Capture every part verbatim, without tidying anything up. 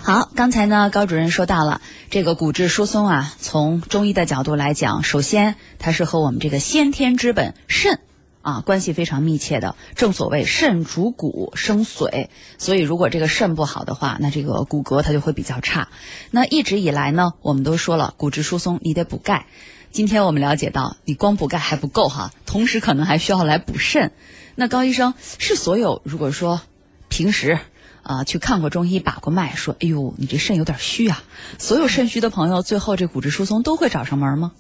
好，刚才呢高主任说到了这个骨质疏松啊，从中医的角度来讲，首先它是和我们这个先天之本肾啊关系非常密切的。正所谓肾主骨生髓，所以如果这个肾不好的话，那这个骨骼它就会比较差。那一直以来呢，我们都说了骨质疏松你得补钙，今天我们了解到你光补钙还不够哈，同时可能还需要来补肾。那高医生，是所有如果说平时啊、呃，去看过中医把过脉，说哎呦你这肾有点虚啊，所有肾虚的朋友最后这骨质疏松都会找上门吗？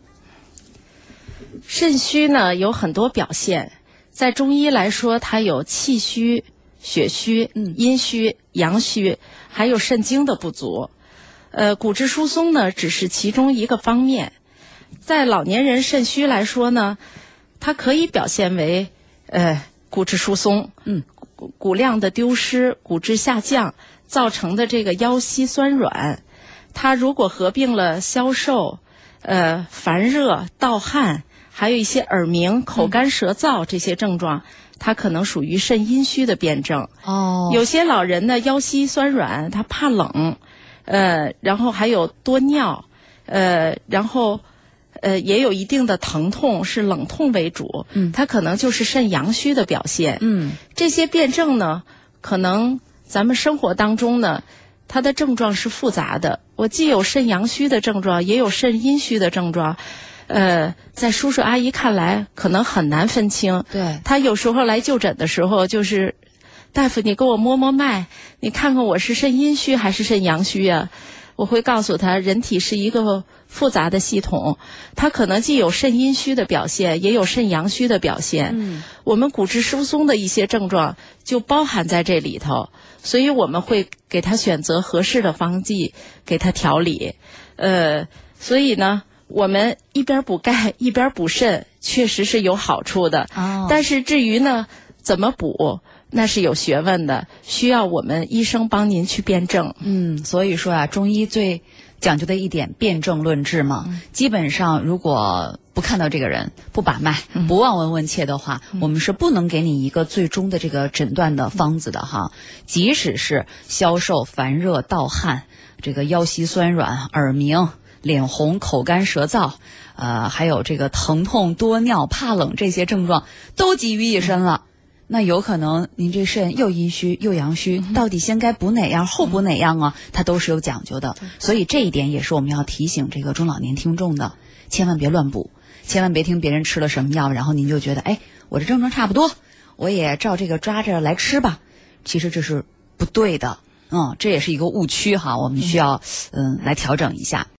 肾虚呢有很多表现，在中医来说它有气虚、血虚、嗯、阴虚、阳虚，还有肾精的不足。呃，骨质疏松呢只是其中一个方面。在老年人肾虚来说呢，它可以表现为呃骨质疏松，嗯。骨骨量的丢失，骨质下降造成的这个腰膝酸软，它如果合并了消瘦、呃烦热、盗汗，还有一些耳鸣、口干舌燥这些症状，它可能属于肾阴虚的辩证。哦，有些老人呢腰膝酸软，他怕冷，呃，然后还有多尿，呃，然后。呃，也有一定的疼痛，是冷痛为主，嗯，它可能就是肾阳虚的表现，嗯，这些辩证呢，可能咱们生活当中呢，它的症状是复杂的，我既有肾阳虚的症状，也有肾阴虚的症状，呃，在叔叔阿姨看来，可能很难分清，对，他有时候来就诊的时候，就是大夫，你给我摸摸脉，你看看我是肾阴虚还是肾阳虚啊？我会告诉他，人体是一个复杂的系统，它可能既有肾阴虚的表现，也有肾阳虚的表现。嗯，我们骨质疏松的一些症状就包含在这里头，所以我们会给他选择合适的方剂，给他调理。呃，所以呢，我们一边补钙一边补肾，确实是有好处的。哦，但是至于呢，怎么补？那是有学问的，需要我们医生帮您去辩证。 嗯，所以说啊，中医最讲究的一点辩证论治嘛。嗯、基本上，如果不看到这个人，不把脉，嗯、不望闻问切的话，嗯、我们是不能给你一个最终的这个诊断的方子的哈。即使是消瘦、烦热、盗汗，这个腰膝酸软、耳鸣、脸红、口干舌燥，呃，还有这个疼痛、多尿、怕冷这些症状都集于一身了。嗯，那有可能您这肾又阴虚又阳虚，到底先该补哪样后补哪样啊？它都是有讲究的，所以这一点也是我们要提醒这个中老年听众的，千万别乱补，千万别听别人吃了什么药，然后您就觉得哎，我这症状差不多，我也照这个抓着来吃吧，其实这是不对的，嗯，这也是一个误区哈，我们需要嗯来调整一下。